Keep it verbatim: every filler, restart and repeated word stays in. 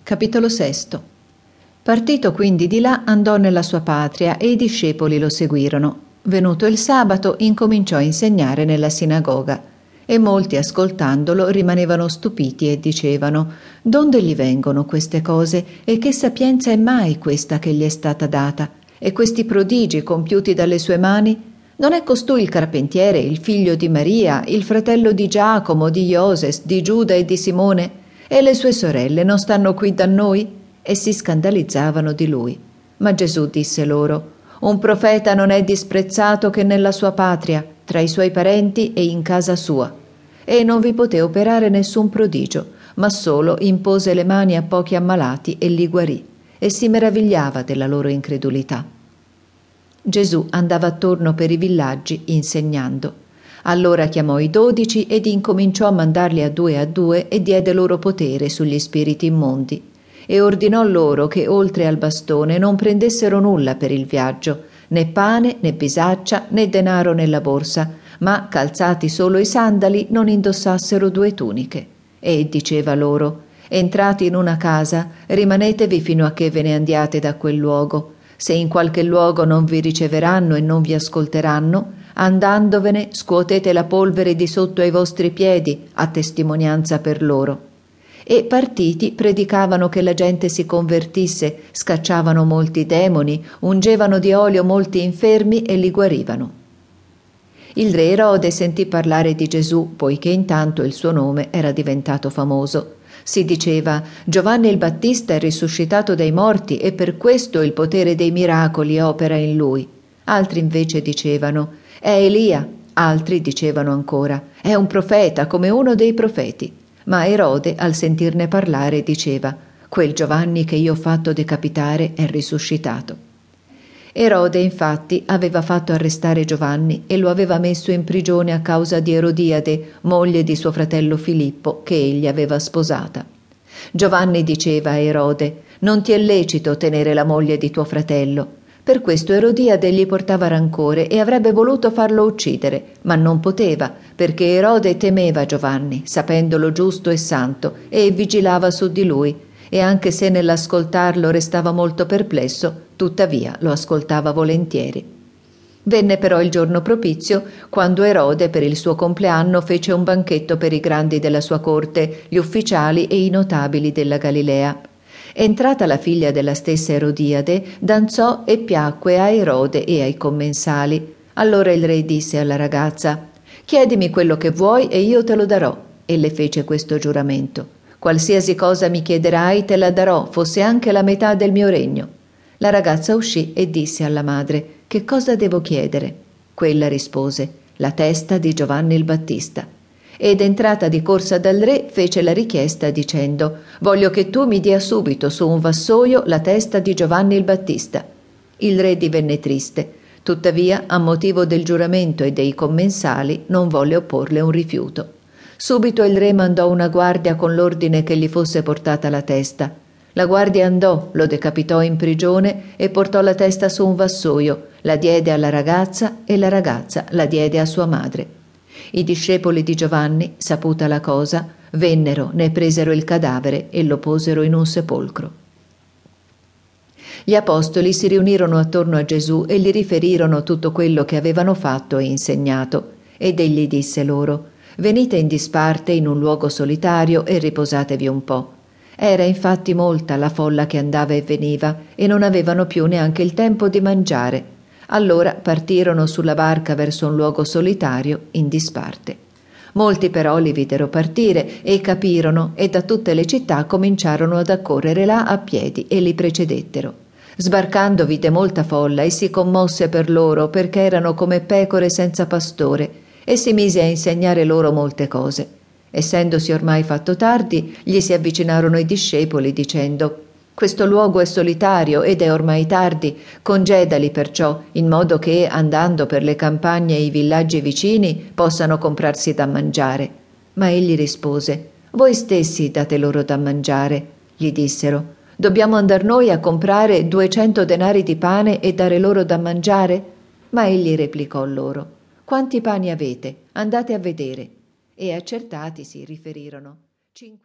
Capitolo sesto. Partito quindi di là, andò nella sua patria e i discepoli lo seguirono. Venuto il sabato, incominciò a insegnare nella sinagoga, e molti, ascoltandolo, rimanevano stupiti e dicevano: «Donde gli vengono queste cose? E che sapienza è mai questa che gli è stata data? E questi prodigi compiuti dalle sue mani? Non è costui il carpentiere, il figlio di Maria, il fratello di Giacomo, di Ioses, di Giuda e di Simone? E le sue sorelle non stanno qui da noi?» E si scandalizzavano di lui. Ma Gesù disse loro: «Un profeta non è disprezzato che nella sua patria, tra i suoi parenti e in casa sua». E non vi poté operare nessun prodigio, ma solo impose le mani a pochi ammalati e li guarì, e si meravigliava della loro incredulità. Gesù andava attorno per i villaggi insegnando. Allora chiamò i dodici ed incominciò a mandarli a due a due e diede loro potere sugli spiriti immondi. E ordinò loro che oltre al bastone non prendessero nulla per il viaggio, né pane, né bisaccia, né denaro nella borsa, ma, calzati solo i sandali, non indossassero due tuniche. E diceva loro: «Entrati in una casa, rimanetevi fino a che ve ne andiate da quel luogo. Se in qualche luogo non vi riceveranno e non vi ascolteranno, andandovene scuotete la polvere di sotto ai vostri piedi, a testimonianza per loro». E partiti predicavano che la gente si convertisse, scacciavano molti demoni, ungevano di olio molti infermi e li guarivano. Il re Erode sentì parlare di Gesù, poiché intanto il suo nome era diventato famoso. Si diceva: «Giovanni il Battista è risuscitato dai morti e per questo il potere dei miracoli opera in lui». Altri invece dicevano: «È Elia». Altri dicevano ancora: «È un profeta come uno dei profeti». Ma Erode, al sentirne parlare, diceva: «Quel Giovanni che io ho fatto decapitare è risuscitato». Erode infatti aveva fatto arrestare Giovanni e lo aveva messo in prigione a causa di Erodiade, moglie di suo fratello Filippo, che egli aveva sposata. Giovanni diceva a Erode: «Non ti è lecito tenere la moglie di tuo fratello». Per questo Erodiade gli portava rancore e avrebbe voluto farlo uccidere, ma non poteva, perché Erode temeva Giovanni, sapendolo giusto e santo, e vigilava su di lui, e anche se nell'ascoltarlo restava molto perplesso, tuttavia lo ascoltava volentieri. Venne però il giorno propizio, quando Erode per il suo compleanno fece un banchetto per i grandi della sua corte, gli ufficiali e i notabili della Galilea. Entrata la figlia della stessa Erodiade, danzò e piacque a Erode e ai commensali. Allora il re disse alla ragazza: «Chiedimi quello che vuoi e io te lo darò». E le fece questo giuramento: «Qualsiasi cosa mi chiederai te la darò, fosse anche la metà del mio regno». La ragazza uscì e disse alla madre: «Che cosa devo chiedere?» Quella rispose: «La testa di Giovanni il Battista». Ed entrata di corsa dal re fece la richiesta dicendo: «Voglio che tu mi dia subito su un vassoio la testa di Giovanni il Battista». Il re divenne triste, tuttavia a motivo del giuramento e dei commensali non volle opporle un rifiuto. Subito il re mandò una guardia con l'ordine che gli fosse portata la testa. La guardia andò, lo decapitò in prigione e portò la testa su un vassoio, la diede alla ragazza e la ragazza la diede a sua madre. I discepoli di Giovanni, saputa la cosa, vennero, ne presero il cadavere e lo posero in un sepolcro. Gli apostoli si riunirono attorno a Gesù e gli riferirono tutto quello che avevano fatto e insegnato. Ed egli disse loro: «Venite in disparte in un luogo solitario e riposatevi un po'». Era infatti molta la folla che andava e veniva e non avevano più neanche il tempo di mangiare. Allora partirono sulla barca verso un luogo solitario in disparte. Molti però li videro partire e capirono, e da tutte le città cominciarono ad accorrere là a piedi e li precedettero. Sbarcando vide molta folla e si commosse per loro, perché erano come pecore senza pastore, e si mise a insegnare loro molte cose. Essendosi ormai fatto tardi, gli si avvicinarono i discepoli dicendo: «Questo luogo è solitario ed è ormai tardi, congedali perciò, in modo che, andando per le campagne e i villaggi vicini, possano comprarsi da mangiare». Ma egli rispose: «Voi stessi date loro da mangiare». Gli dissero: «Dobbiamo andar noi a comprare duecento denari di pane e dare loro da mangiare?» Ma egli replicò loro: «Quanti pani avete? Andate a vedere». E accertatisi riferirono: «Cinque».